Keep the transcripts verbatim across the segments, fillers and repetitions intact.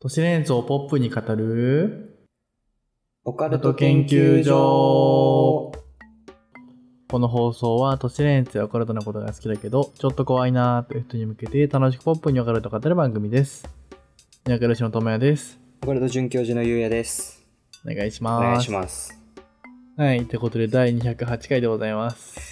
都市伝説をポップに語るオカルト研究所。 この放送は都市伝説やオカルトなことが好きだけどちょっと怖いなーという人に向けて楽しくポップにオカルトを語る番組です。三宅吉の智也です。 オカルト准教授のゆうやです。 お願いします。 お願いします。 はい、ということでだいにひゃくはちかいでございます。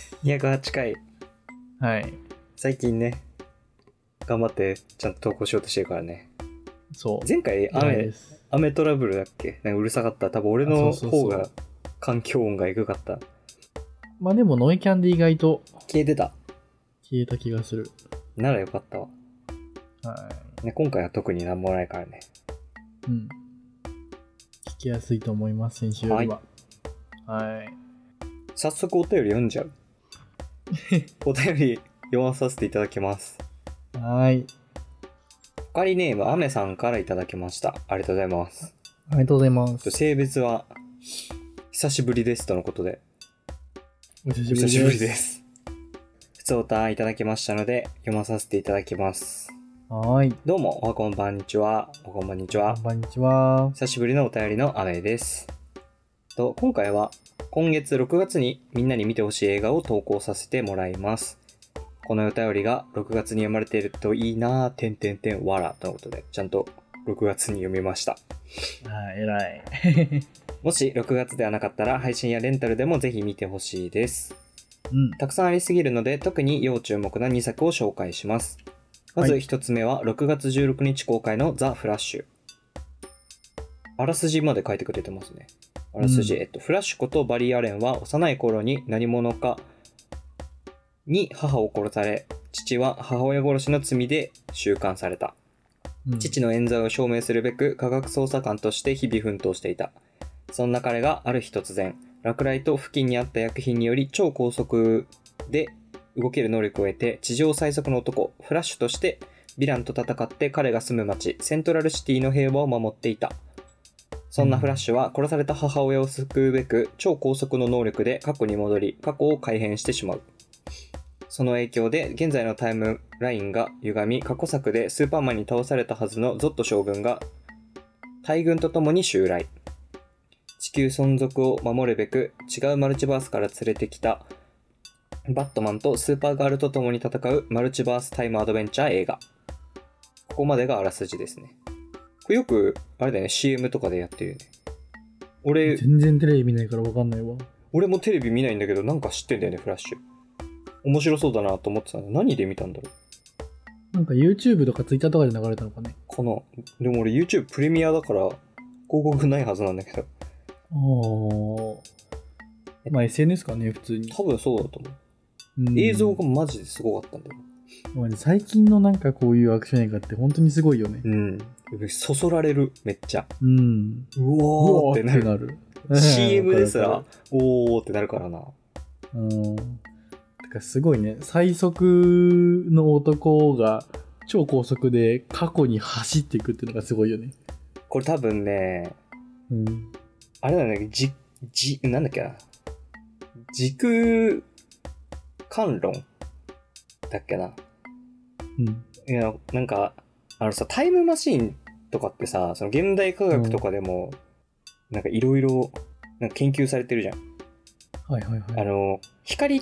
にひゃくはちかい。 はい。 最近ね、頑張ってちゃんと投稿しようとしてるからね。 そう。 前回雨雨トラブルだっけ？なんかうるさかった。多分俺の方が環境音がエグかった。 まあでもノイキャンで意外と消えてた。 消えた気がする。 ならよかったわ。 はい。 ね、今回は特になんもないからね。 うん。聞きやすいと思います。先週よりは。はい。はい、 早速お便り読んじゃう。お便り読まさせていただきます。 はい。 おかりネームあめさんからいただきました。ありがとうございます。 ありがとうございます。 性別は久しぶりですとのことで。 お久しぶりです。お久しぶりです。 ふつおたいただきましたので読まさせていただきます。 はい。 どうもおはこんばんにちは。おこんばんにちは。 こんばんにちは。 久しぶりのお便りのあめです。と今回は今月ろくがつにみんなに見てほしい映画を投稿させてもらいます。このお便りがろくがつに読まれているといいなぁ、てんてんてんわらとのことで、ちゃんとろくがつに読みました。 あー、偉い。 もしろくがつではなかったら配信やレンタルでもぜひ見てほしいです。 うん。 たくさんありすぎるので特に要注目なにさくを紹介します。まずひとつめはろくがつじゅうろくにち公開のザ・フラッシュ。あらすじまで書いてくれてますね。あらすじ、うん、えっと、フラッシュことバリー・アレンは幼い頃に何者かに母を殺され、父は母親殺しの罪で収監された。うん、父の冤罪を証明するべく科学捜査官として日々奮闘していた。そんな彼がある日突然、落雷と付近にあった薬品により超高速で動ける能力を得て、地上最速の男、フラッシュとしてヴィランと戦って彼が住む町、セントラルシティの平和を守っていた。そんなフラッシュは殺された母親を救うべく超高速の能力で過去に戻り、過去を改変してしまう。その影響で現在のタイムラインが歪み、過去作でスーパーマンに倒されたはずのゾット将軍が大軍とともに襲来。地球存続を守るべく違うマルチバースから連れてきたバットマンとスーパーガールとともに戦うマルチバースタイムアドベンチャー映画。ここまでがあらすじですね。これよくあれだよね、 シーエム とかでやってるよね。俺全然テレビ見ないから分かんないわ。 俺もテレビ見ないんだけどなんか知ってんだよね、フラッシュ。面白そうだなと思ってたの。何で見たんだろう。なんか YouTube とか Twitter とかで流れたのかね。 かな。でも俺 YouTube プレミアだから広告ないはずなんだけど。 ああ。まあ エスエヌエス かね、普通に。 多分そうだと思う。うん、映像がマジですごかったんだよ。 最近のなんかこういうアクション映画って本当にすごいよね。 うん。そそられる、めっちゃ。 うん。 うおーってなる。なるシーエム ですら、おーってなるからな。 うん。てかすごいね。最速の男が超高速で過去に走っていくっていうのがすごいよね。 これ多分ね、うん、あれだね、じ、じ、なんだっけな。時空間論だっけな。うん。いや、なんか、あのさ、タイムマシーンとかってさ、その現代科学とかでも、うん、なんかいろいろ研究されてるじゃん。 はいはいはい。 あの、光って、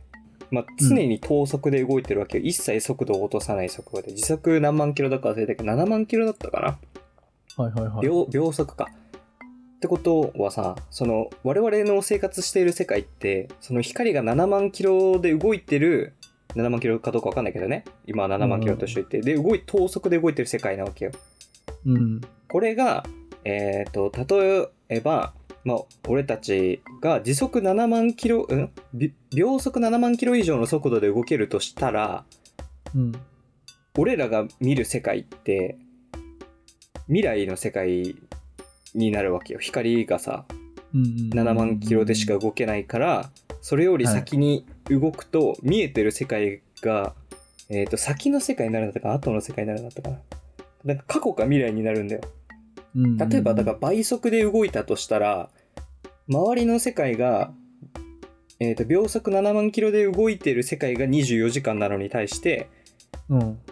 まあ、常に等速で動いてるわけよ。うん、一切速度を落とさない速度で。時速何万キロだか忘れたけど、ななまんキロだったかな。 はいはいはい。 秒、秒速か。ってことはさ、その、我々の生活している世界って、その光がななまんキロで動いてる、ななまんキロかどうか分かんないけどね。今はななまんキロとしていて、うん、で、動い、等速で動いてる世界なわけよ。 うん。 これが、えっと、例えば、まあ、俺たちが時速ななまんキロ、うん秒速ななまんキロ以上の速度で動けるとしたら、うん、俺らが見る世界って、未来の世界になるわけよ。光がさ、うんうんうんうん、ななまんキロでしか動けないから、それより先に動くと、見えてる世界が、はい、えっと、先の世界になるんだったか、後の世界になるんだったかな。なんか過去か未来になるんだよ。うんうんうん、例えば、だから倍速で動いたとしたら、周りの世界が、えっと、秒速ななまんキロで動いてる世界がにじゅうよじかんなのに対して、うん、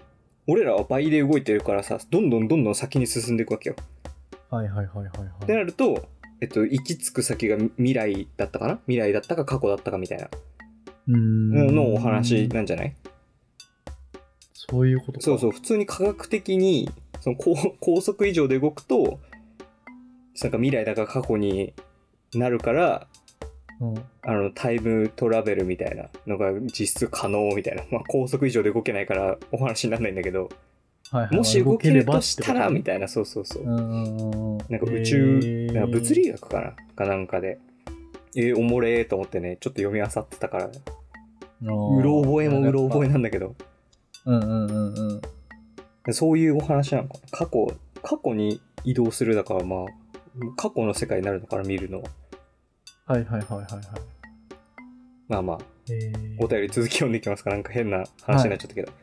俺らは倍で動いてるからさ、どんどんどんどん先に進んでいくわけよ。 はいはいはいはいはい。 ってなると、えっと、行き着く先が未来だったかな未来だったか過去だったかみたいなうーんのお話なんじゃない？ そういうことか。 そうそう、普通に科学的にその高高速以上で動くとなんか未来だか過去になるから、 うん、 あのタイムトラベルみたいなのが実質可能みたいな、まあ、高速以上で動けないからお話にならないんだけど、 はいはい、 もし動けると動したらみたいな、そうそうそう、 うんうんうん、 なんか宇宙、なんか物理学かなかなんかで、えー、おもれーと思ってね、ちょっと読み漁ってたから、うろ覚えもうろ覚えなんだけど、 うんうんうんうん、 そういうお話なのかな。過去過去に移動するだから、まあ過去の世界になるのかな、見るのは。 はいはいはいはいはい。 まあまあ、 えー、 お便り続き読んでいきますか。なんか変な話になっちゃったけど、はい、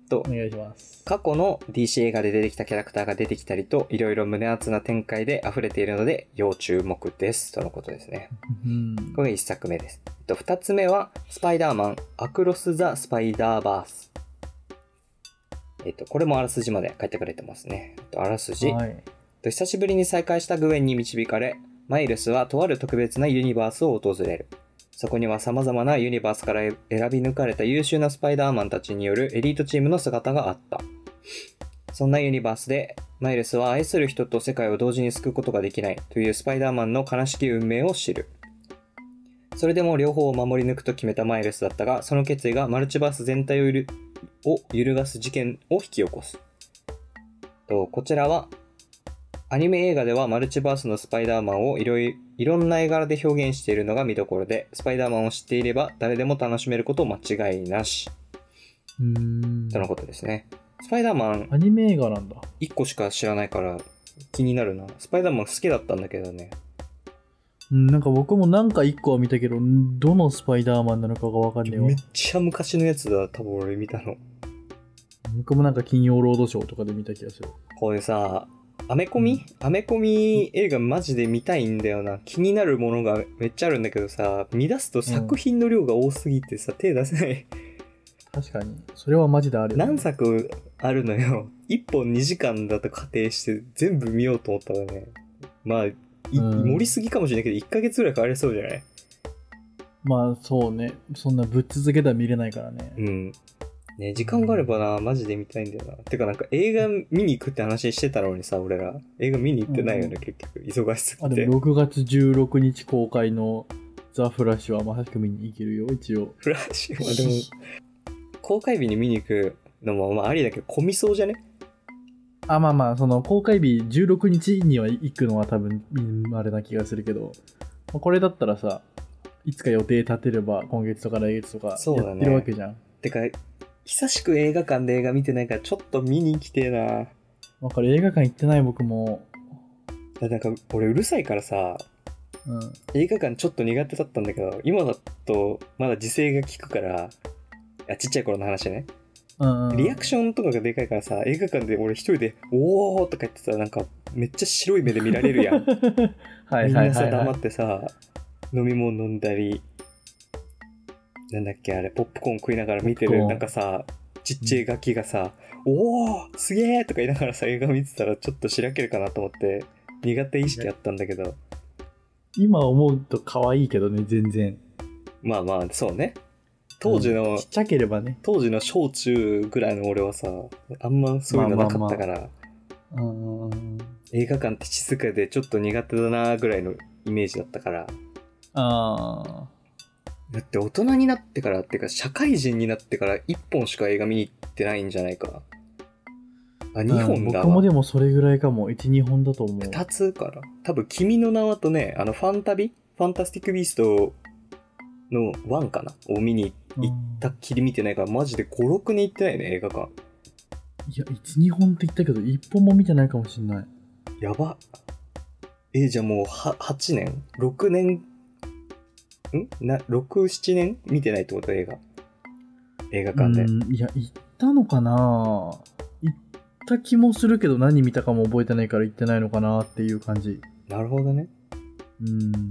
とお願いします。 過去の ディーシー 映画で出てきたキャラクターが出てきたりと、いろいろ胸熱な展開で溢れているので要注目ですとのことですね。 うん、 これがいっさくめです。とふたつめはスパイダーマンアクロス・ザ・スパイダーバース。えっとこれもあらすじまで書いてくれてますね。とあらすじ、はい、と久しぶりに再会したグウェンに導かれ、マイルスはとある特別なユニバースを訪れる。そこには様々なユニバースから選び抜かれた優秀なスパイダーマンたちによるエリートチームの姿があった。そんなユニバースでマイルスは愛する人と世界を同時に救うことができないというスパイダーマンの悲しき運命を知る。それでも両方を守り抜くと決めたマイルスだったが、その決意がマルチバース全体を揺るを揺るがす事件を引き起こす。とこちらはアニメ映画ではマルチバースのスパイダーマンをいろいろいろんな絵柄で表現しているのが見どころで、スパイダーマンを知っていれば誰でも楽しめること間違いなし。 うーん。 とのことですね。スパイダーマンアニメ映画なんだ。 いっこしか知らないから気になるな。スパイダーマン好きだったんだけどね。 なんか僕もなんかいっこは見たけど、どのスパイダーマンなのかがわかんねえわ。 めっちゃ昔のやつだ、多分俺見たの。 僕もなんか金曜ロードショーとかで見た気がする。 これさ、アメコミ、うん、アメコミ映画マジで見たいんだよな。気になるものがめっちゃあるんだけどさ、見出すと作品の量が多すぎてさ、うん、手出せない。 確かに。それはマジであるよ、ね。 何作あるのよ。いっぽんにじかんだと仮定して全部見ようと思ったらね。まあ、うん、盛りすぎかもしれないけどいっかげつぐらいかかりそうじゃない？ まあそうね。そんなぶっ続けたら見れないからね。 うん。ね、時間があればな、マジで見たいんだよな。てかなんか映画見に行くって話してたのにさ、俺ら。映画見に行ってないよね、うん、結局。忙しすぎて。 あ、でもろくがつじゅうろくにち公開のザ・フラッシュはまさしく見に行けるよ、一応。 フラッシュはでも、公開日に見に行くのもまあありだけど、混みそうじゃね？ あ、まあまあ、その公開日じゅうろくにちには行くのは多分、あれな気がするけど、これだったらさ、いつか予定立てれば今月とか来月とかやってるわけじゃん。ね、 てか、久しく映画館で映画見てないからちょっと見に行きてえな。 わかる、映画館行ってない僕も。 なんか俺うるさいからさ、うん、映画館ちょっと苦手だったんだけど、今だとまだ時勢が効くから、あ、ちっちゃい頃の話ね。うんうん、リアクションとかがでかいからさ、映画館で俺一人でおーとか言ってさ、なんかめっちゃ白い目で見られるやん。はいはいはい、はい、みんなさ黙ってさ、飲み物飲んだり、なんだっけあれポップコーン食いながら見てるなんかさ、ちっちゃいガキがさ、うん、おーすげーとか言いながらさ映画見てたらちょっとしらけるかなと思って苦手意識あったんだけど、 今思うと可愛いけどね、全然。 まあまあそうね。当時の、 うん、ちっちゃければね。 当時の小中ぐらいの俺はさ、あんまそういうのなかったから、まあまあまあ、うん、映画館って静かでちょっと苦手だなぐらいのイメージだったから。あだって大人になってからっていうか社会人になってからいっぽんしか映画見に行ってないんじゃないか。あ、にほんだわ。 僕もでもそれぐらいかも。いち、にほんだと思う。 ふたつから多分君の名はとね、あのファンタビファンタスティックビーストのワンかなを見に行ったっきり見てないから、マジでご、ろくねん行ってないね、映画館。 いや、いち、にほんって言ったけどいっぽんも見てないかもしんない。 やば。えー、じゃあもうははちねん ?ろく 年んな、ろく、ななねん見てないってこと映画。映画館で。 うん、いや、行ったのかな？行った気もするけど何見たかも覚えてないから行ってないのかなっていう感じ。 なるほどね。 うん。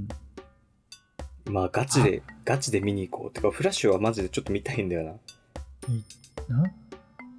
まあガチでガチで見に行こう。てかフラッシュはマジでちょっと見たいんだよな。 いな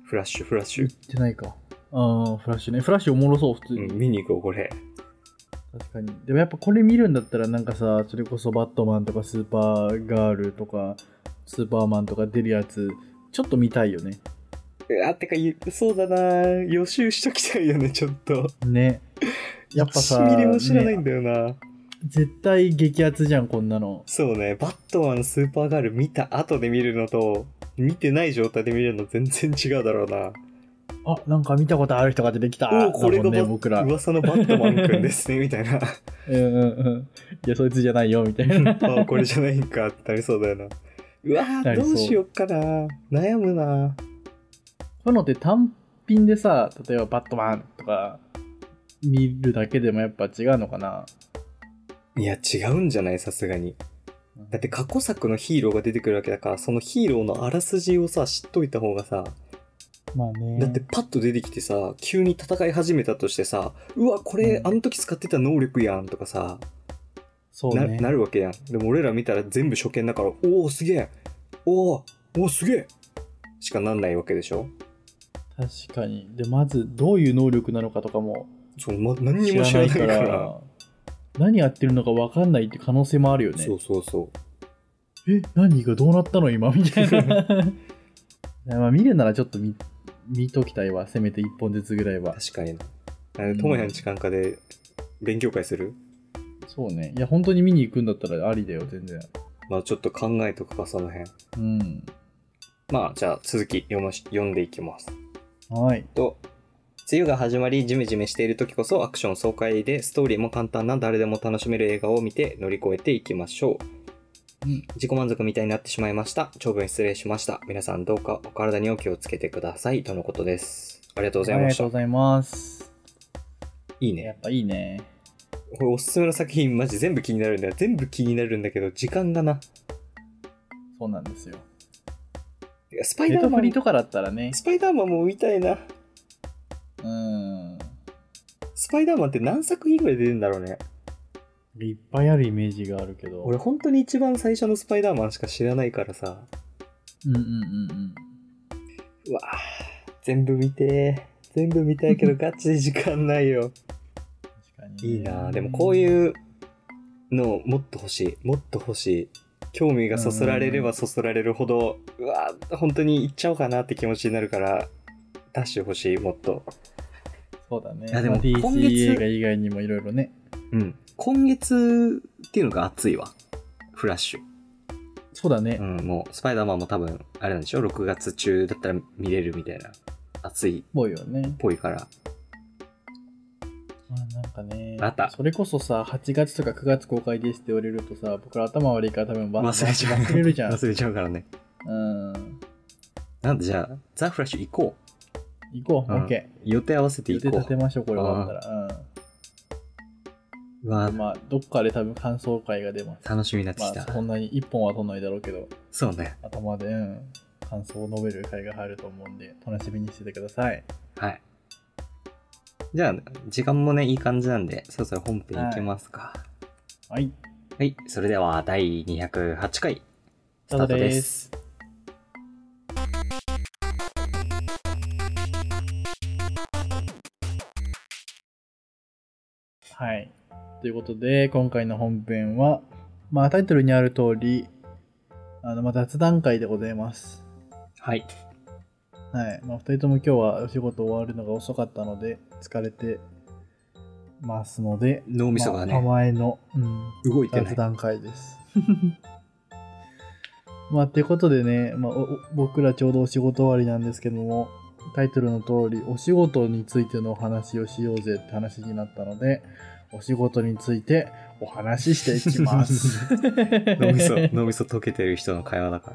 フラッシュフラッシュ。 行ってないか。ああ、フラッシュね。フラッシュおもろそう、普通に。 うん、見に行こう、これ。 確かに。でもやっぱこれ見るんだったらなんかさ、それこそバットマンとかスーパーガールとか、スーパーマンとか出るやつ、ちょっと見たいよね。 あ、てか、そうだな、予習しときたいよね、ちょっと。 ね。やっぱさ、 いちミリも知らないんだよな、ね。 絶対激アツじゃん、こんなの。 そうね、バットマン、スーパーガール見た後で見るのと、見てない状態で見るの全然違うだろうな。 あ、なんか見たことある人が出てきた。 おこれが、 ね、僕ら噂のバットマンくんですね、みたいな。 うんうんうん。いや、そいつじゃないよ、みたいな。 あ、これじゃないんかってなりそうだよな。うわぁ、どうしよっかな。悩むな。 こういうのって単品でさ、例えばバットマンとか見るだけでもやっぱ違うのかな。 いや、違うんじゃない、さすがに。だって過去作のヒーローが出てくるわけだから、そのヒーローのあらすじをさ、知っといた方がさ、 まあね。 だってパッと出てきてさ、急に戦い始めたとしてさ、うわ、これ、うん、あの時使ってた能力やんとかさ、 そうね、 な, なるわけやん。でも俺ら見たら全部初見だから、おおすげえ、おおおすげえしかなんないわけでしょ。 確かに。でまずどういう能力なのかとかもそう、ま、何にも知らないから、から何やってるのか分かんないって可能性もあるよね。 そうそうそう。 え、何がどうなったの今みたいな。まあ見るならちょっと 見, 見ときたいわ。せめていっぽんずつぐらいは。 確かにな。ともやんちかんかで勉強会する？ そうね。いや本当に見に行くんだったらありだよ、全然。 まあちょっと考えとくか、その辺。 うん。 まあじゃあ続き読まし読んでいきます。 はい。 と、梅雨が始まりジメジメしている時こそアクション爽快でストーリーも簡単な誰でも楽しめる映画を見て乗り越えていきましょう。うん、自己満足みたいになってしまいました。長文失礼しました。皆さんどうかお体にお気をつけてくださいとのことです。ありがとうございました。 ありがとうございます。いいね。やっぱいいね。 これおすすめの作品マジ全部気になるんだよ。全部気になるんだけど時間がな。 そうなんですよ。 スパイダーマン。 ネットフリとかだったらね。 スパイダーマンも見たいな。 うん。 スパイダーマンって何作品ぐらい出てるんだろうね。 いっぱいあるイメージがあるけど。 俺本当に一番最初のスパイダーマンしか知らないからさ。 うんうんうんうん。 うわぁ、全部見てー。全部見たいけどガチで時間ないよ。確かに。いいなぁ。でもこういうのもっと欲しい。もっと欲しい。興味がそそられればそそられるほど、うわぁ、本当に行っちゃおうかなって気持ちになるから、出してほしい、もっと。 そうだね。 いやでも今月、まあ、ディーシー 映画以外にもいろいろね。 うん。今月っていうのが熱いわ。フラッシュ。 そうだね。 うん、もうスパイダーマンも多分あれなんでしょ、ろくがつ中だったら見れるみたいな。熱い。 ぽいよね。 ぽいから。 まあなんかね。 あった。 それこそさ、はちがつとかくがつ公開ですって言われるとさ、僕ら頭悪いから多分忘れちゃう。 忘れるじゃん。 忘れちゃうからね。 うん。 なんでじゃあ、ザ・フラッシュ行こう。 行こう、オッケー。 予定合わせて行こう。 予定立てましょう、これ終わったら。うん。まあ、まあ、どっかで多分感想会が出ます。 楽しみになってきた。 まあ、そんなに一本は取んないだろうけど。 そうね。 頭で、うん、感想を述べる会が入ると思うんで、楽しみにしててください。 はい。じゃあ、時間もね、いい感じなんで、そろそろ本編いけますか。 はい。 はい。それでは、だいにひゃくはちかい、スタートです。 はい。ということで、今回の本編は、まあタイトルにある通り、あの、まあ、雑談会でございます。 はい。 はい。まあ、ふたりとも今日はお仕事終わるのが遅かったので、疲れてますので、 脳みそがね、 まあ、前の、うん、 動いてない雑談会です。まあ、ってことでね、まあ、僕らちょうどお仕事終わりなんですけども、タイトルの通り、お仕事についてのお話をしようぜって話になったので、お仕事についてお話ししていきます。 脳みそ、脳みそ溶けてる人の会話だから。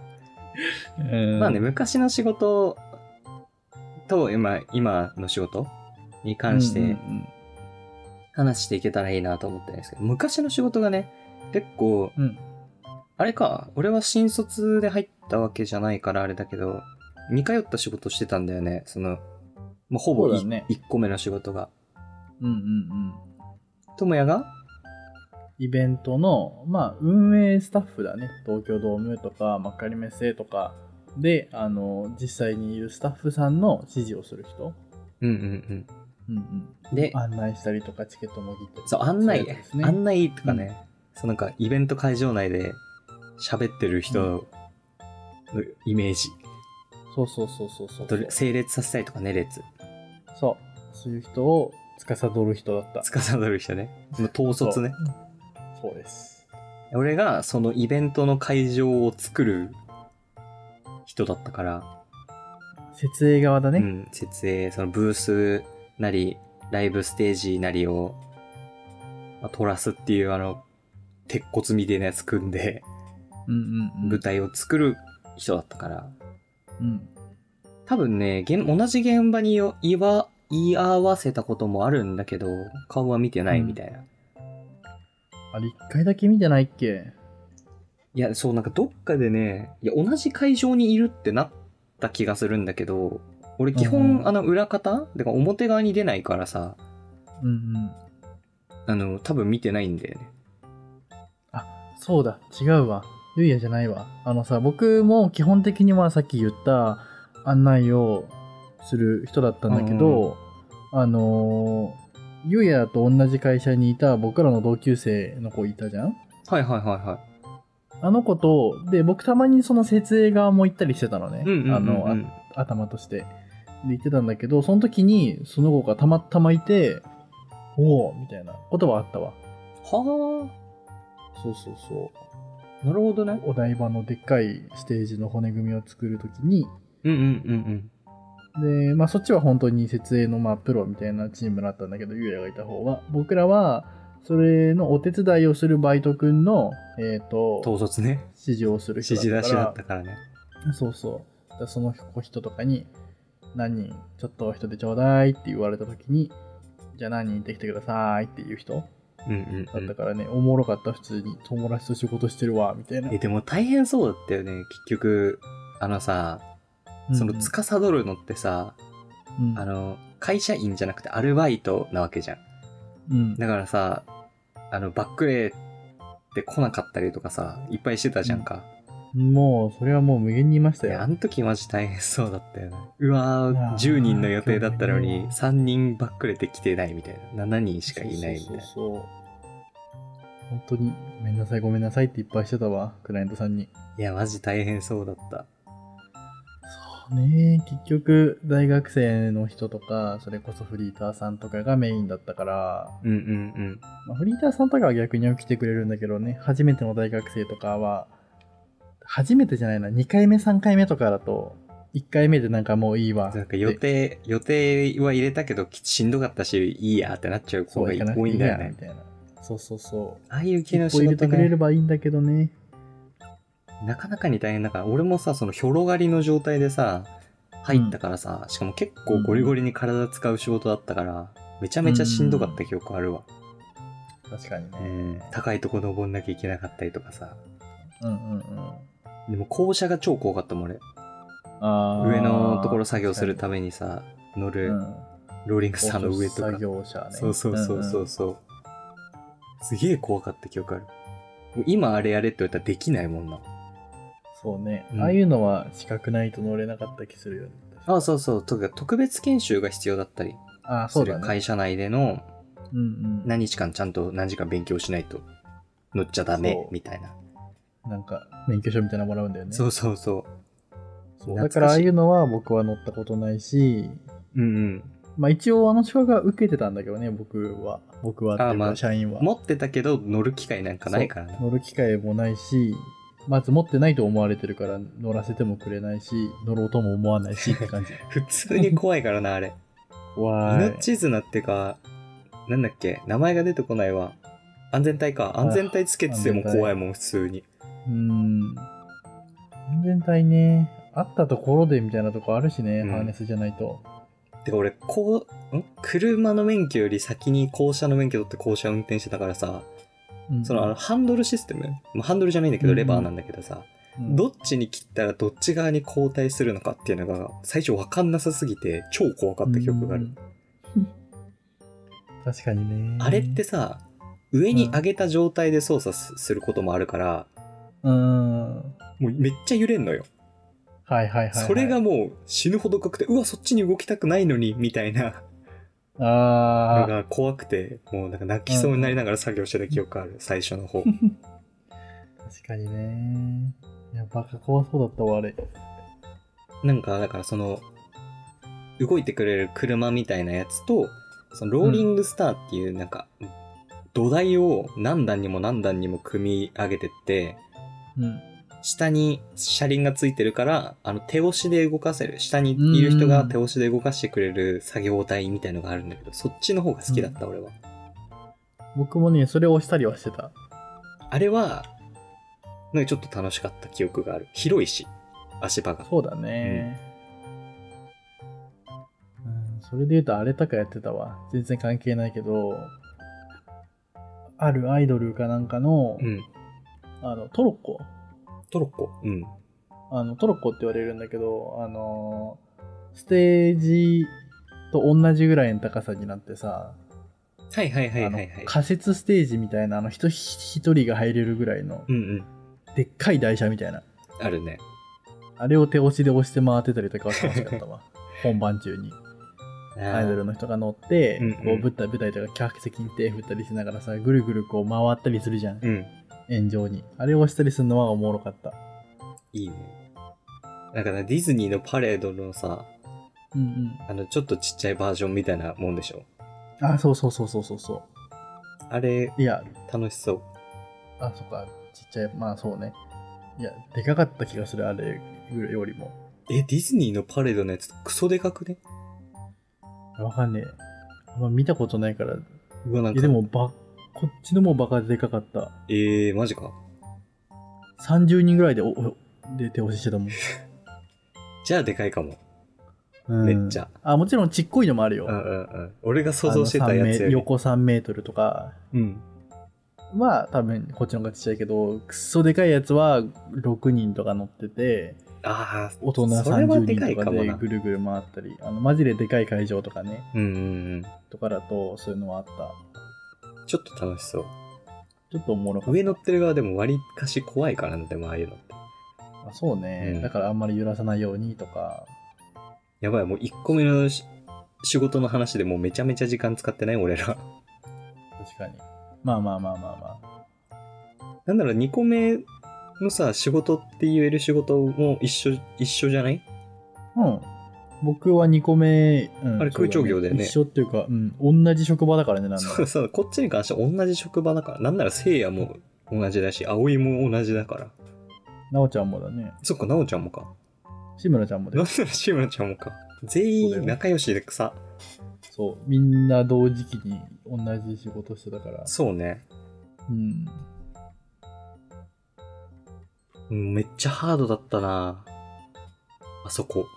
まあね、昔の仕事と今、今の仕事に関して話していけたらいいなと思ってるんですけど、昔の仕事がね、結構、うん、あれか、俺は新卒で入ったわけじゃないからあれだけど、似通った仕事してたんだよね。その、まあ、ほぼい、ね、いっこめの仕事が。 うんうんうん。 ともやがイベントの、まあ、運営スタッフだね。東京ドームとか、幕張メッセとか、 で、あの、実際にいるスタッフさんの指示をする人。 うんうんうん。 うんうん、 で、 案内したりとかチケットもぎったり。 そう、案内、 ですね、 案内とかね、うん、そうなんかイベント会場内で喋ってる人のイメージ。 うん、そうそうそうそうそう。 整列させたいとかね、列。 そう。そういう人を司る人だった。 司る人ね。統率ね。 そう。そうです。 俺がそのイベントの会場を作る人だったから。 設営側だね。 うん、設営、そのブースなり、ライブステージなりを、まあ、トラスっていうあの、鉄骨みたいなやつ組んで、 うんうんうん、 舞台を作る人だったから。 うん。 多分ね、同じ現場によ言わ、言い合わせたこともあるんだけど、顔は見てないみたいな。うん、 あれ、一回だけ見てないっけ？ いや、そう、なんかどっかでね、いや、同じ会場にいるってなった気がするんだけど、俺基本、うん、あの、裏方だから表側に出ないからさ、 うんうん。 あの、多分見てないんだよね。 あ、そうだ、違うわ。ゆいやじゃないわ。あのさ、僕も基本的にはさっき言った案内をする人だったんだけど、うん、あのー、ゆいやと同じ会社にいた僕らの同級生の子いたじゃん？ はいはいはいはい。 あの子と、で、僕たまにその設営側も行ったりしてたのね。 うんうんうんうん、 あの、あ、頭として。で、行ってたんだけど、その時にその子がたまたまいて、おーみたいなことはあったわ。 はあ。 そうそうそう。 なるほどね。 お台場のでっかいステージの骨組みを作るときに、 うんうんうんうん。で、まあそっちは本当に設営のまあプロみたいなチームだったんだけど、ゆうやがいた方は、僕らは、それのお手伝いをするバイト君の、えっ、ー、と、 統率ね。 指示をする人だったから。 指示出しだったからね。 そうそう。だその人とかに、何人、ちょっと人でちょうだいって言われたときに、じゃあ何人できてくださいっていう人。 うんうんうん、 だったからね、おもろかった。普通に友達と仕事してるわみたいな。 えでも大変そうだったよね。結局あのさ、その司るのってさ、うん、あの会社員じゃなくてアルバイトなわけじゃん。うん、だからさ、あのバックレーって来なかったりとかさ、いっぱいしてたじゃんか。 うん、もうそれはもう無限にいましたよ。 いやあの時マジ大変そうだったよね。うわー、じゅうにんの予定だったのにさんにんバックレて来てないみたいな。ななにんしかいないみたいな。そうそうそうそう。 本当にごめんなさいごめんなさいっていっぱいしてたわ、クライアントさんに。 いやマジ大変そうだった。 そうね、結局大学生の人とかそれこそフリーターさんとかがメインだったから、 うんうんうん、 まあ、フリーターさんとかは逆に起きてくれるんだけどね、初めての大学生とかは初めてじゃないな、にかいめさんかいめとかだといっかいめでなんかもういいわ、 なんか予定予定は入れたけどしんどかったしいいやってなっちゃう子が多いんだよねみたいな。 そうそうそう。 ああいう系の仕事ね。 一歩入れてくれればいいんだけどね。 なかなかに大変だから、俺もさ、その広がりの状態でさ、入ったからさ、うん、しかも結構ゴリゴリに体使う仕事だったから、めちゃめちゃしんどかった記憶あるわ。 うん、確かにね、 うん。高いとこ登んなきゃいけなかったりとかさ。 うんうんうん。 でも校舎が超怖かったもん俺。あ上のところ作業するためにさ、乗る、うん、ローリングスターの上とか。 作業車ね。 そうそうそうそうそう。うんうん、すげえ怖かった記憶ある。今あれやれって言われたらできないもんな。 そうね、うん。ああいうのは資格ないと乗れなかった気するよね。 ああ、そうそう。とか特別研修が必要だったりああ、そうだね。 会社内での何日間ちゃんと何時間勉強しないと乗っちゃダメみたいな。 なんか免許証みたいなのもらうんだよね。 そうそうそう。 そうだからああいうのは僕は乗ったことないし、 うんうん。 まあ一応あの資格が受けてたんだけどね、僕は。僕はっていうか社員は。 持ってたけど乗る機会なんかないからね。 乗る機会もないし、まず持ってないと思われてるから乗らせてもくれないし、乗ろうとも思わないしって感じ。 普通に怖いからな、あれ。 怖い。 命綱ってか、なんだっけ、名前が出てこないわ。安全帯か。安全帯つけてても怖いもん、普通に。 うーん。安全帯ね、あったところでみたいなとこあるしね、うん、ハーネスじゃないと。 てか俺、こう、ん車の免許より先に校舎の免許取って校舎運転してたからさ、うん、そのあのハンドルシステム、まあ、ハンドルじゃないんだけどレバーなんだけどさ、うん、どっちに切ったらどっち側に交代するのかっていうのが最初分かんなさすぎて超怖かった記憶がある。 うん、確かにね。 あれってさ、上に上げた状態で操作することもあるから、 うん、 もうめっちゃ揺れんのよ。 はいはいはい、はい。 それがもう死ぬほど濃くて、うわ、そっちに動きたくないのに、みたいなあのが怖くて、もうなんか泣きそうになりながら作業してた記憶ある、うん、最初の方。 確かにね。いや、バカ怖そうだったわ、あれ。 なんか、だからその、動いてくれる車みたいなやつと、そのローリングスターっていうなんか、うん、土台を何段にも何段にも組み上げてって、うん、下に車輪がついてるから、あの手押しで動かせる、下にいる人が手押しで動かしてくれる作業台みたいのがあるんだけど、そっちの方が好きだった、うん、俺は。 僕もね、それを押したりはしてた。 あれは、なんかちょっと楽しかった記憶がある。広いし、足場が。 そうだね。うん、うん、それで言うとあれとかやってたわ。全然関係ないけど、あるアイドルかなんかの、うん、あの、トロッコトロッコうん。 あの、トロッコって言われるんだけど、あのー、ステージと同じぐらいの高さになってさ、 はいはいはいはい、はい。 仮設ステージみたいな、あの、人一人が入れるぐらいの、うんうん、でっかい台車みたいな。 あるね。 あれを手押しで押して回ってたりとかは楽しかったわ。本番中に。アイドルの人が乗って、うんうん、こう舞台、舞台とか客席に手振ったりしながらさ、ぐるぐるこう回ったりするじゃん。うん、円状に。あれを押したりするのはおもろかった。 いいね。なんかね、ディズニーのパレードのさ、うんうん、あの、ちょっとちっちゃいバージョンみたいなもんでしょ。 あ、そうそうそうそうそうそう。 あれ、いや、楽しそう。 あ、そっか、ちっちゃい、まあそうね。いや、でかかった気がする、あれよりも。 え、ディズニーのパレードのやつクソでかくね？ わかんねえ。あんま見たことないから。うわ、なんか。でも、ば、こっちのもバカでかかった。 えー、マジか。 さんじゅうにんぐらいで、お、で手押ししてたもん。 じゃあでかいかも。うん、めっちゃ。 あ、もちろんちっこいのもあるよ。 うんうんうん。俺が想像してたやつより。 横さんメートルとか。うん。まあ、多分こっちの方がちっちゃいけど、くっそでかいやつはろくにんとか乗ってて、 ああ、 大人さんじゅうにんとかでぐるぐる回ったり、あのマジででかい会場とかね、うんうんうん、とかだとそういうのはあった。 ちょっと楽しそう。 ちょっとおもろかった。 上乗ってる側でも割かし怖いからね、でもああいうのって。 あ、そうね、うん、だからあんまり揺らさないようにとか。 やばい、もういっこめの仕事の話でもうめちゃめちゃ時間使ってない俺ら。確かに。まあまあまあまあまあ。なんだろう、にこめのさ、仕事って言える仕事も一緒、一緒じゃない？ うん。僕はにこめ、 うん、あれ空調業だよね。 一緒っていうか、うん、同じ職場だからね、なんだそうそう、こっちに関しては同じ職場だから。なんならせいやも同じだし、葵も同じだから。 なおちゃんもだね。 そっか、なおちゃんもか。 志村ちゃんもだよ。なんなら志村ちゃんもか。全員仲良しで草。 そう、みんな同時期に同じ仕事してたから。 そうね。うん。うん、めっちゃハードだったなあそこ。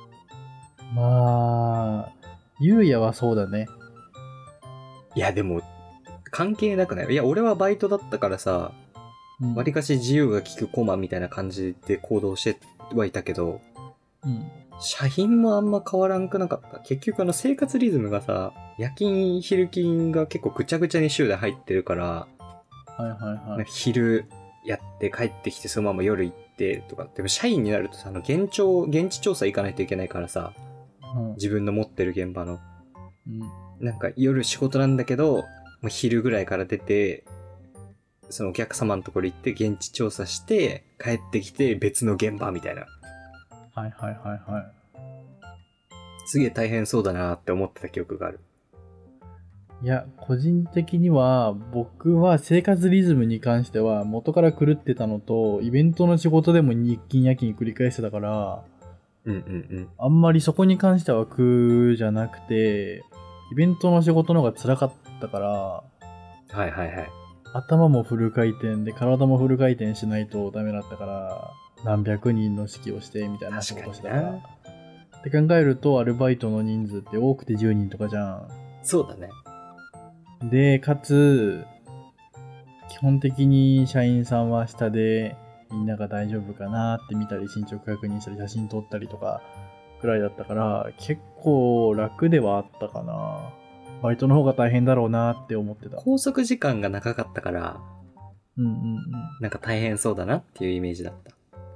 まあ、ゆうやはそうだね。 いや、でも、関係なくない？いや、俺はバイトだったからさ、わり、うん、かし自由が利くコマみたいな感じで行動してはいたけど、うん。社員もあんま変わらんくなかった。結局あの生活リズムがさ、夜勤、昼勤が結構ぐちゃぐちゃに週で入ってるから、 はいはいはい。 昼やって帰ってきてそのまま夜行ってとか。でも社員になるとさ、あの現調、現地調査行かないといけないからさ、うん、自分の持ってる現場の。うん、なんか夜仕事なんだけど、まあ、昼ぐらいから出て、そのお客様のところ行って現地調査して帰ってきて別の現場みたいな。 はいはいはいはい。 すげえ大変そうだなって思ってた記憶がある。 いや、個人的には僕は生活リズムに関しては元から狂ってたのと、イベントの仕事でも日勤夜勤繰り返してたから、うんうんうん、あんまりそこに関しては苦じゃなくて、イベントの仕事の方が辛かったから、 はいはいはい。 頭もフル回転で体もフル回転しないとダメだったから、何百人の指揮をしてみたいな仕事してたから。って考えるとアルバイトの人数って多くてじゅうにんとかじゃん。 そうだね。 で、かつ、基本的に社員さんは下でみんなが大丈夫かなって見たり、進捗確認したり、写真撮ったりとかくらいだったから、結構楽ではあったかな。バイトの方が大変だろうなって思ってた。 拘束時間が長かったから、 うんうんうん。 なんか大変そうだなっていうイメージだった。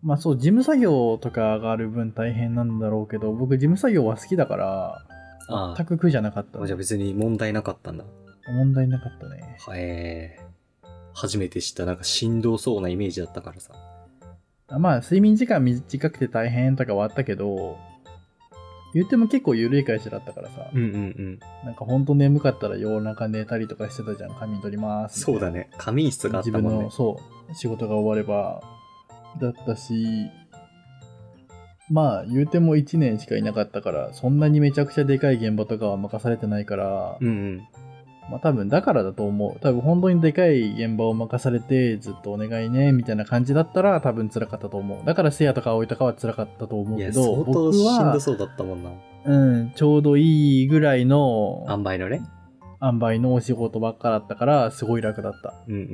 まあそう、事務作業とかがある分大変なんだろうけど、僕事務作業は好きだから、 あ全く苦じゃなかった、 あ。じゃあ別に問題なかったんだ。 問題なかったね。 はえー。初めて知ったなんかしんどそうなイメージだったからさ。 まあ睡眠時間短くて大変とかはあったけど、言っても結構緩い会社だったからさ。 うんうんうん。 なんかほんと眠かったら夜中寝たりとかしてたじゃん。仮眠取りますそうだね。仮眠室があったもんね。 自分の、そう、仕事が終われば。だったし、まあ言うてもいちねんしかいなかったから、そんなにめちゃくちゃでかい現場とかは任されてないから、 うんうん。 まあ多分だからだと思う。多分本当にでかい現場を任されてずっとお願いねみたいな感じだったら多分辛かったと思う。だからせいやとか葵とかは辛かったと思うけど、 いや相当しんどそうだったもんな。 うん、ちょうどいいぐらいの塩梅のね。 塩梅のお仕事ばっかだったからすごい楽だった。 うんうんうん。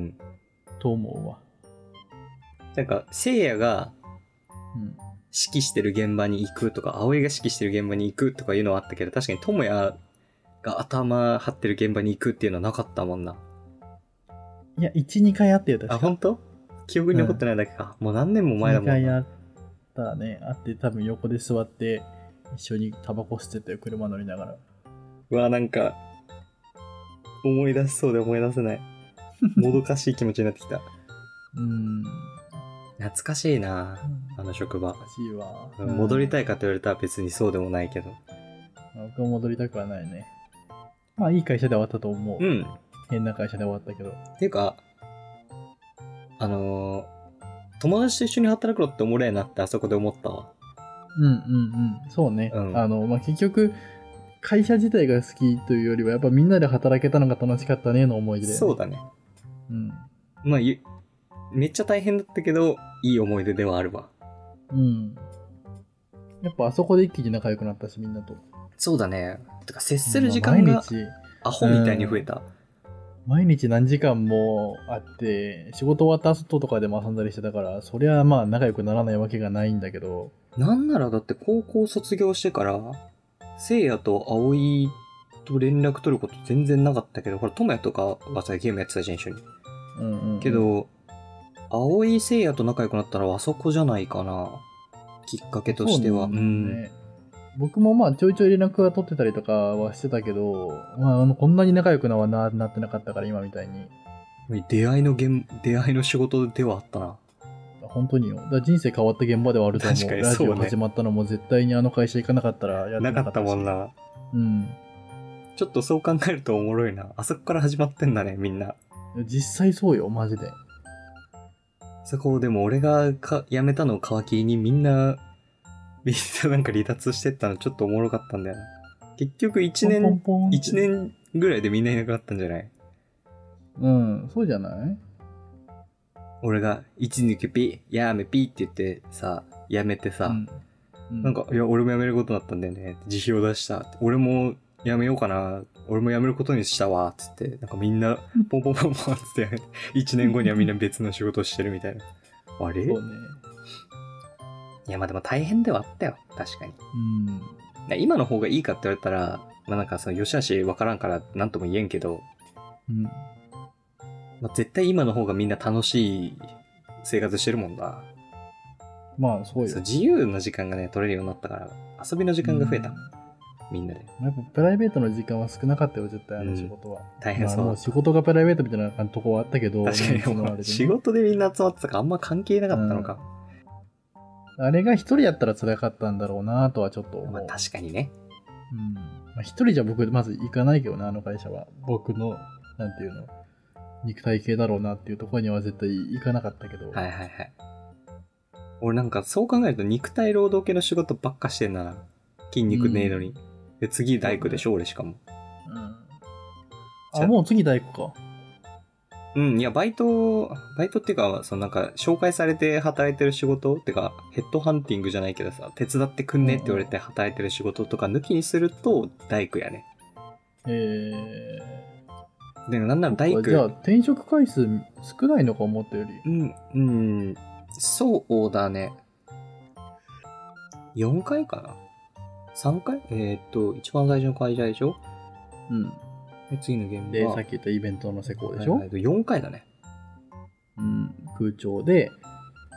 と思うわ。 なんかせいやがうん、 指揮してる現場に行くとか、葵が指揮してる現場に行くとかいうのはあったけど、確かに智也が頭張ってる現場に行くっていうのはなかったもんな。 いや、いち、にかいあってよ、確か。 あ、本当？記憶に残ってないだけか。うん、もう何年も前だもんな。 にかいあったね。あって多分横で座って一緒にタバコ吸ってたよ、車乗りながら。 うわ、なんか、思い出しそうで思い出せない。もどかしい気持ちになってきた。 うん。 懐かしいな、あの職場。 懐かしいわ。 うん、戻りたいかと言われたら別にそうでもないけど。 僕は戻りたくはないね。まあいい会社で終わったと思う。 うん。 変な会社で終わったけど。 っていうか、あのー、友達と一緒に働くのっておもれえなってあそこで思ったわ。 うんうんうん。そうね。うん、あの、まあ結局、会社自体が好きというよりは、やっぱみんなで働けたのが楽しかったねの思い出で、ね。 そうだね。 うん。 まあ、めっちゃ大変だったけど、いい思い出ではあるわ。 うん。やっぱあそこで一気に仲良くなったし、みんなと。 そうだね。てか、接する時間が、毎日、アホみたいに増えた。うん、 毎日何時間もあって、仕事終わった後とかでも遊んだりしてたから、そりゃまあ仲良くならないわけがないんだけど。 なんならだって高校卒業してから、せいやと葵と連絡取ること全然なかったけど、ほら、ともやとかはさ、ゲームやってたじゃん、一緒に。 うんうん、うん。 けど、葵せいやと仲良くなったらあそこじゃないかな。きっかけとしては。う、ね、うん。 僕もまあちょいちょい連絡は取ってたりとかはしてたけど、まあ、あのこんなに仲良くなは な, なってなかったから今みたいに。 出会いの現出会いの仕事ではあったな。 本当によ。だ人生変わった現場ではあると思う。 確かにラジオ始まったのも絶対にあの会社行かなかったらやってなかったし。なかったもんな。うん。 ちょっとそう考えるとおもろいな。あそこから始まってんだね、みんな。 実際そうよ、マジで。 そこでも俺がか辞めたのを皮切りにみんな、みんななんか離脱してったのちょっとおもろかったんだよな。結局いちねん、ポンポンポンいちねんぐらいでみんないなくなったんじゃない？ うん、そうじゃない？ 俺が一抜けピー、やめピーって言ってさ、やめてさ、うんうん、なんか、いや、俺も辞めることになったんだよね。辞表出した。俺も辞めようかな。俺も辞めることにしたわ。つって、なんかみんな、ポンポンポンポンつって、いちねんごにはみんな別の仕事をしてるみたいな。あれ？そうね。いや、まあでも大変ではあったよ。確かに。うん。今の方がいいかって言われたら、まあなんかその、よしあし分からんからなんとも言えんけど、うん。まあ、絶対今の方がみんな楽しい生活してるもんな。 まあそうよ。 そう、自由な時間がね取れるようになったから遊びの時間が増えた、うん、みんなで。 やっぱプライベートの時間は少なかったよ絶対あの仕事は、うん、 大変そう、 まあ、もう仕事がプライベートみたいなとこはあったけど、 確かにもう、ね、仕事でみんな集まってたからあんま関係なかったのか、 うん、あれが一人やったら辛かったんだろうなとはちょっと思う。 まあ確かにね。 うん。まあ一人じゃ僕まず行かないけどなあの会社は。僕のなんていうの肉体系だろうなっていうところには絶対行かなかったけど。 はいはいはい。俺なんかそう考えると肉体労働系の仕事ばっかしてんだな。筋肉ねえのに。うん、で次大工でしょ、俺しかも。うん。 あ、もう次大工か。 うん、いやバイト、バイトっていうか、そのなんか紹介されて働いてる仕事ってか、ヘッドハンティングじゃないけどさ、手伝ってくんねって言われて働いてる仕事とか抜きにすると大工やね。へえー。でもなんなら大工。 じゃあ転職回数少ないのか思ったより。 うん、うん、そうだね。よんかいかな ?さん 回えー、っと、一番最初の会社でしょ。うん。で、次の現場。 で、さっき言ったイベントの施工でしょ、はいはい、 よんかいだね。 うん、空調で、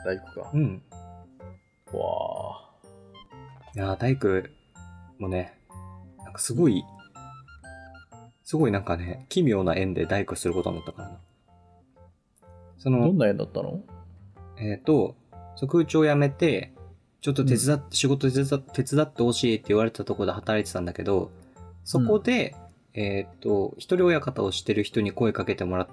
大工か。 うん。 わいやー、大工もね、なんかすごい、すごいなんかね、奇妙な縁で大工することになったからな。その、 どんな縁だったの？ えっ、ー、と、そう空調辞めて、ちょっと手伝って、うん、仕事手伝手伝ってほしいって言われたところで働いてたんだけど、そこで、うん、えっ、ー、と、一人親方をしてる人に声かけてもらって、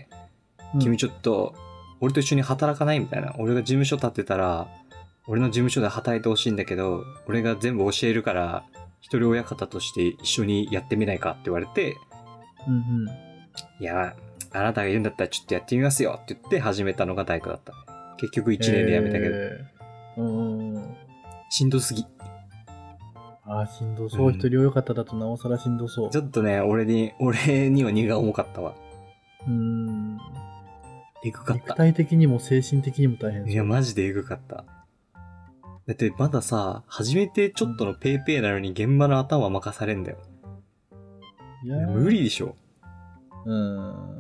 うん、君ちょっと、俺と一緒に働かないみたいな。俺が事務所立ってたら、俺の事務所で働いてほしいんだけど、俺が全部教えるから、一人親方として一緒にやってみないかって言われて、 うんうん、 いや、あなたが言うんだったらちょっとやってみますよって言って始めたのが大工だった。結局いちねんで辞めたけど。 えー、うん。 しんどすぎ。 ああ、しんどそう。うん、一人親方だとなおさらしんどそう。 ちょっとね、俺に、俺には荷が重かったわ。 うーん。 えぐかった。 肉体的にも精神的にも大変そう。 いや、マジでえぐかった。だってまださ、初めてちょっとのペイペイなのに現場の頭任されんだよ。いや無理でしょ。 うん。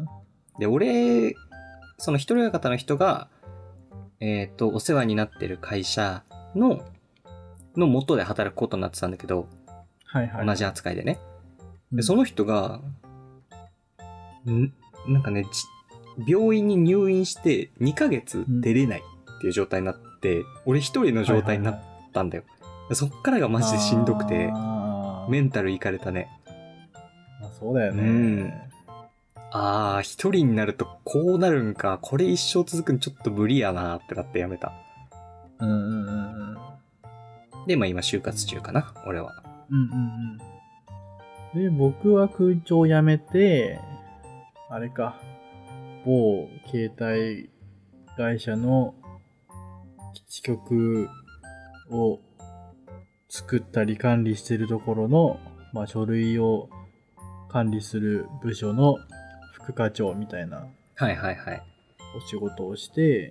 で、俺、その一人親方の人が、えっと、お世話になってる会社の、の元で働くことになってたんだけど、 はいはい。 同じ扱いでね。で、その人が、んなんかね、病院に入院してにかげつ出れないっていう状態になって、うん、俺一人の状態になったんだよ。はいはいはい、そっからがマジでしんどくて、メンタルいかれたね。 あ、そうだよね。 うん。ああ、一人になるとこうなるんか、これ一生続くんちょっと無理やなってなってやめた。 うんうんうんうん。 で、まあ今就活中かな、うん、俺は。 うんうんうん。で、僕は空調をやめて、あれか、某携帯会社の基地局を作ったり管理してるところの、まあ書類を管理する部署の副課長みたいなはいはいはいお仕事をして、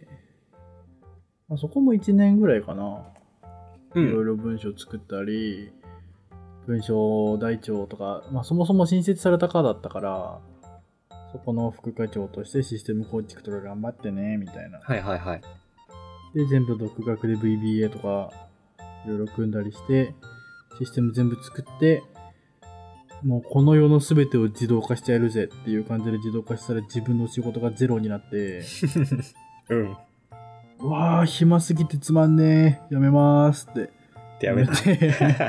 まあ、そこもいちねんぐらいかな、うん、いろいろ文章作ったり文章台帳とか、まあ、そもそも新設された課だったからそこの副課長としてシステム構築とか頑張ってねみたいな。 はいはいはい。 で全部独学で ブイビーエー とかいろいろ組んだりしてシステム全部作ってもうこの世の全てを自動化してやるぜっていう感じで自動化したら自分の仕事がゼロになってうんうわー暇すぎてつまんねえやめまーすってってやめて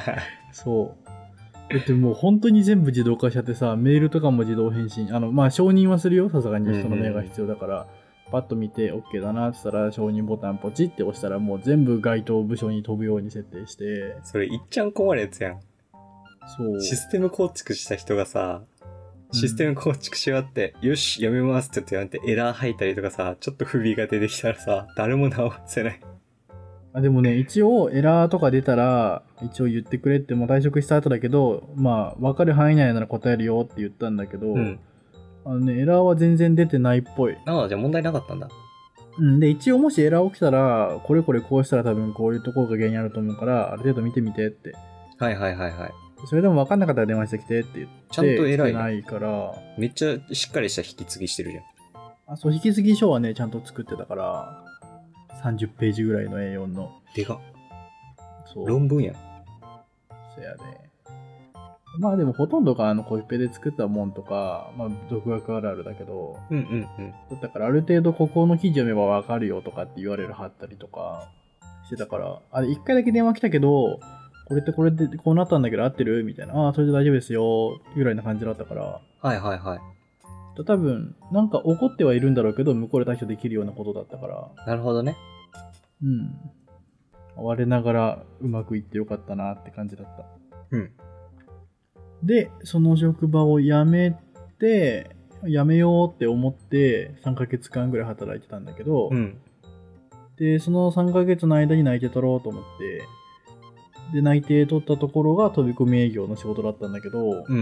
そうだってもう本当に全部自動化しちゃってさメールとかも自動返信あのまあ承認はするよさすがに人の目が必要だから、うんうん、パッと見て OK だなって言ったら承認ボタンポチって押したらもう全部該当部署に飛ぶように設定してそれいっちゃん困るやつやん。そうシステム構築した人がさシステム構築し終わって、うん、よしやめますって言ってエラー吐いたりとかさちょっと不備が出てきたらさ誰も直せない。 あでもね一応エラーとか出たら一応言ってくれってもう退職した後だけどまあ分かる範囲内なら答えるよって言ったんだけど、うん、あのねエラーは全然出てないっぽい。 ああじゃあ問題なかったんだ。 うんで一応もしエラー起きたらこれこれこうしたら多分こういうところが原因あると思うからある程度見てみてって。 はいはいはいはい。 それでも分かんなかったら電話してきてって言ってちゃんと偉い、ね、 ないからめっちゃしっかりした引き継ぎしてるじゃん。 あそう引き継ぎ書はねちゃんと作ってたからさんじゅっページぐらいの エーよん のでかっそう論文やん。 そやでまあでもほとんどがあのコピペで作ったもんとかまあ独学あるあるだけどうんうんうんだからある程度ここの記事読めば分かるよとかって言われるはったりとかしてたからあれいっかいだけ電話来たけどこれってこれでこうなったんだけど合ってるみたいなああそれで大丈夫ですよぐらいな感じだったからはいはいはい多分なんか怒ってはいるんだろうけど向こうで対処できるようなことだったからなるほどねうん我ながらうまくいってよかったなって感じだった。 うんでその職場を辞めて辞めようって思ってさんかげつかんぐらい働いてたんだけど、 うん、 でそのさんかげつの間に内定取ろうと思ってで内定取ったところが飛び込み営業の仕事だったんだけど、 うん、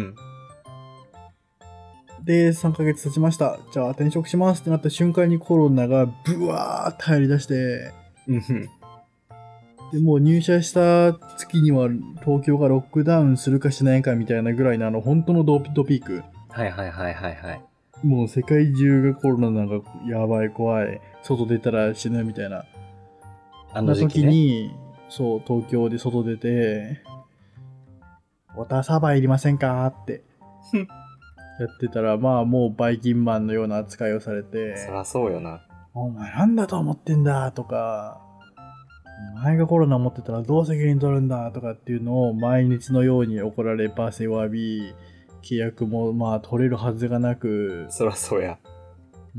でさんかげつ経ちましたじゃあ転職しますってなった瞬間にコロナがブワーって入り出してでもう入社した月には東京がロックダウンするかしないかみたいなぐらいのあの本当のドピドピークはいはいはいはいはいもう世界中がコロナなんかやばい怖い外出たら死ぬみたいなあの時期ね。 時に、そう、東京で外出て、ウォーターサーバーいりませんかってやってたら、まあもうバイキンマンのような扱いをされて、 そらそうよな。 お前なんだと思ってんだとか、お前がコロナ持ってたらどう責任取るんだとかっていうのを毎日のように怒られ、罵声を浴び、契約もまあ取れるはずがなく、 そらそうや。 うん。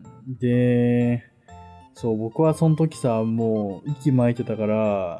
で、そう、僕はその時さ、もう息巻いてたから、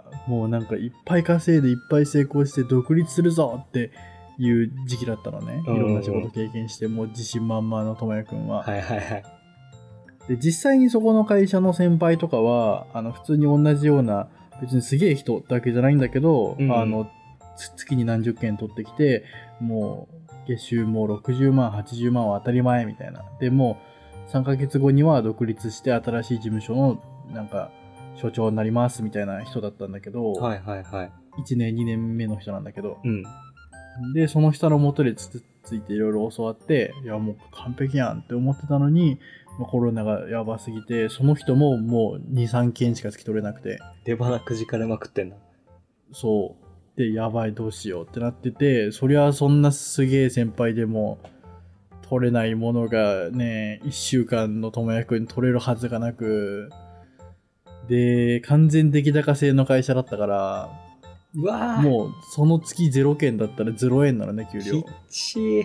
もうなんかいっぱい稼いでいっぱい成功して独立するぞっていう時期だったのね。いうんうんろんな仕事経験して、もう自信満々のともやくんは。 はいはいはい。 で、実際にそこの会社の先輩とかは、あの、普通に同じような、別にすげえ人だけじゃないんだけど、 うんうんあの、つ月に何十件取ってきて、もう、月収もろくじゅうまん、はちじゅうまんは当たり前みたいな。で、もう、さんかげつごには独立して新しい事務所の、なんか、所長になりますみたいな人だったんだけど、 はいはいはい。 いちねん、にねんめの人なんだけど、 うん。 で、その人の元でつついていろいろ教わって、いや、もう完璧やんって思ってたのに、まあコロナがやばすぎて、その人ももうに、さんけんしか突き取れなくて、 出花くじかれまくってんだ。 そう。で、やばい、どうしようってなってて、そりゃそんなすげえ先輩でも、取れないものがね、いっしゅうかんの友役に取れるはずがなく、で、完全出来高制の会社だったから、 うわぁ。 もうその月ゼロけんだったらゼロえんなのね、給料きっ。ちい。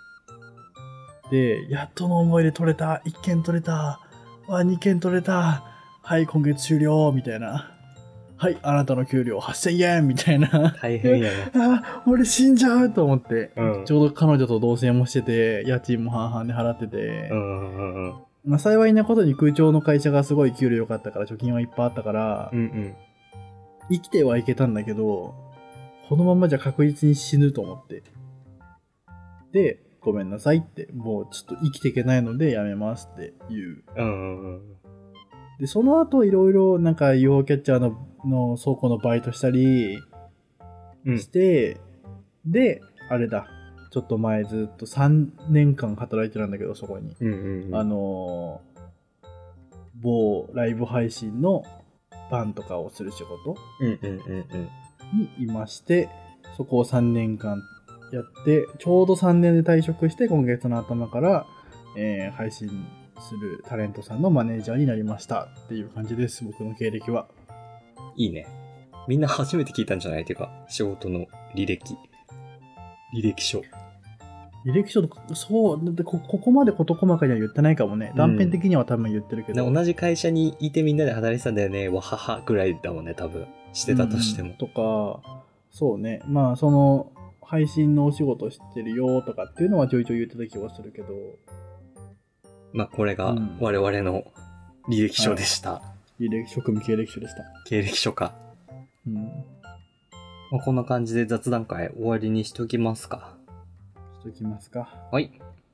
で、やっとの思いで取れた、いっけん取れた、あ、にけん取れた、はい、今月終了、みたいな。はい、あなたの給料はっせんえんみたいな。 大変やな。 あ、俺死んじゃうと思って、 うんちょうど彼女と同棲もしてて、家賃も半々で払ってて、 うんうんうんうん。 まあ、幸いなことに空調の会社がすごい給料良かったから、貯金はいっぱいあったから、 うんうん。 生きてはいけたんだけど、このままじゃ確実に死ぬと思って。で、ごめんなさいって、もうちょっと生きていけないのでやめますって言う。 うんうんうん。 で、その後いろいろなんか ユーフォー キャッチャーのの倉庫のバイトしたりうんして、で、あれだ、ちょっと前ずっとさんねんかん働いてたんだけど、そこに。 うんうんうん。 あのー、某ライブ配信のバンとかをする仕事うんうんうんうん。 にいまして、そこをさんねんかんやって、ちょうどさんねんで退職して、今月の頭から、えー配信するタレントさんのマネージャーになりましたっていう感じです、僕の経歴は。 いいね。みんな初めて聞いたんじゃないっていうか、仕事の履歴。履歴書。 履歴書とか、そう、だってこここまで事細かには言ってないかもね。断片的には多分言ってるけど。 同じ会社にいてみんなで働いてたんだよね。わははぐらいだもんね、多分。してたとしても。 うんとか、そうね。まあ、その、配信のお仕事してるよとかっていうのはちょいちょい言ってた気はするけど。 まあ、これがうん我々の履歴書でした。 履歴、職務経歴書でした。 経歴書か。 うん。 まあ、こんな感じで雑談会終わりにしときますか。 しときますか。 はい。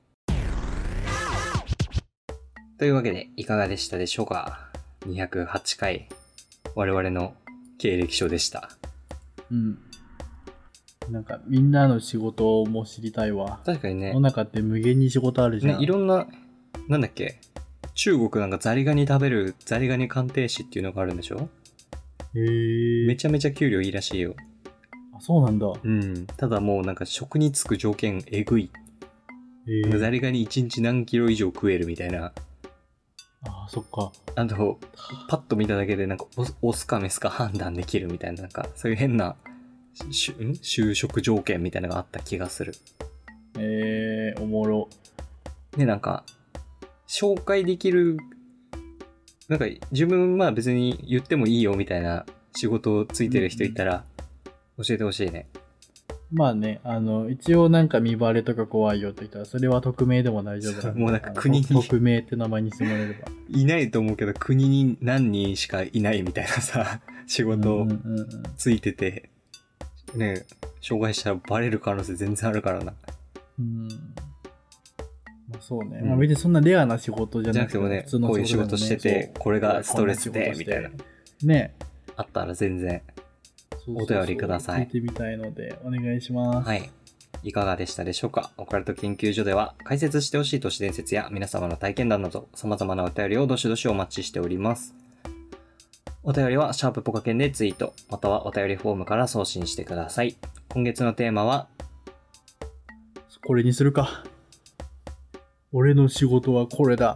というわけで、いかがでしたでしょうか。にひゃくはちかい、我々の経歴書でした。 うん。なんか、みんなの仕事も知りたいわ。 確かにね世の、中って無限に仕事あるじゃん。 ね、いろんな、なんだっけ、中国なんかザリガニ食べるザリガニ鑑定士っていうのがあるんでしょ。 へー。 めちゃめちゃ給料いいらしいよ。 あ、そうなんだ。 うん。ただもうなんか食に就く条件えぐい。 へー。 ザリガニいちにち何キロ以上食えるみたいな。 あ、そっか。 あと、パッと見ただけでなんかオオスかメスか判断できるみたいな、なんかそういう変な、しゅん就職条件みたいなのがあった気がする。 えー、おもろ。 で、なんか、紹介できる、なんか自分は別に言ってもいいよみたいな仕事をついてる人いたら、教えてほしいね。 まあね、あの、一応なんか見バレとか怖いよって言ったら、それは匿名でも大丈夫なんで。 もうなんか国にあの匿名って名前にしてもらえれば。 いないと思うけど、国に何人しかいないみたいなさ、仕事うんうんうんうんついてて、ね、障害者バレる可能性全然あるからな。 うん。まあそうね。 うんまあ別にそんなレアな仕事じゃなくても、 じゃなくてもね普通のこういう仕事しててそうこれがストレスでこんな仕事してみたいなね。 あったら全然。 そうそうそうお便りください聞いてみたいので、お願いします。 はい。いかがでしたでしょうか。オカルト研究所では解説してほしい都市伝説や皆様の体験談など様々なお便りをどしどしお待ちしております。 お便りはシャープポカケンでツイート、またはお便りフォームから送信してください。今月のテーマは、 これにするか。俺の仕事はこれだ。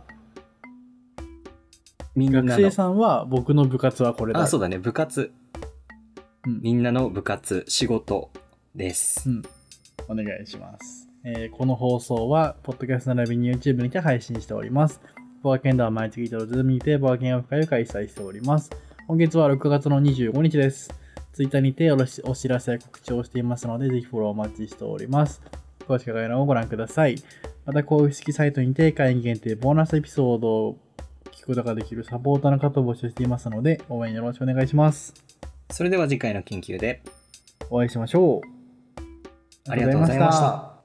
みんなの学生さんは僕の部活はこれだ。 あ、そうだね。部活。うん、みんなの部活、仕事です。 うん。お願いします。えー、この放送は、ポッドキャスト並びに YouTube にて配信しております。ボアケンドは毎月とズームにてボアケンオフ会を開催しております。今月はろくがつのにじゅうごにちです。Twitter にてお知らせや告知をしていますので、ぜひフォローお待ちしております。詳しく概要欄をご覧ください。また、公式サイトにて会員限定ボーナスエピソードを聞くことができるサポーターの方を募集していますので、応援よろしくお願いします。 それでは次回の緊急でお会いしましょう。 ありがとうございました。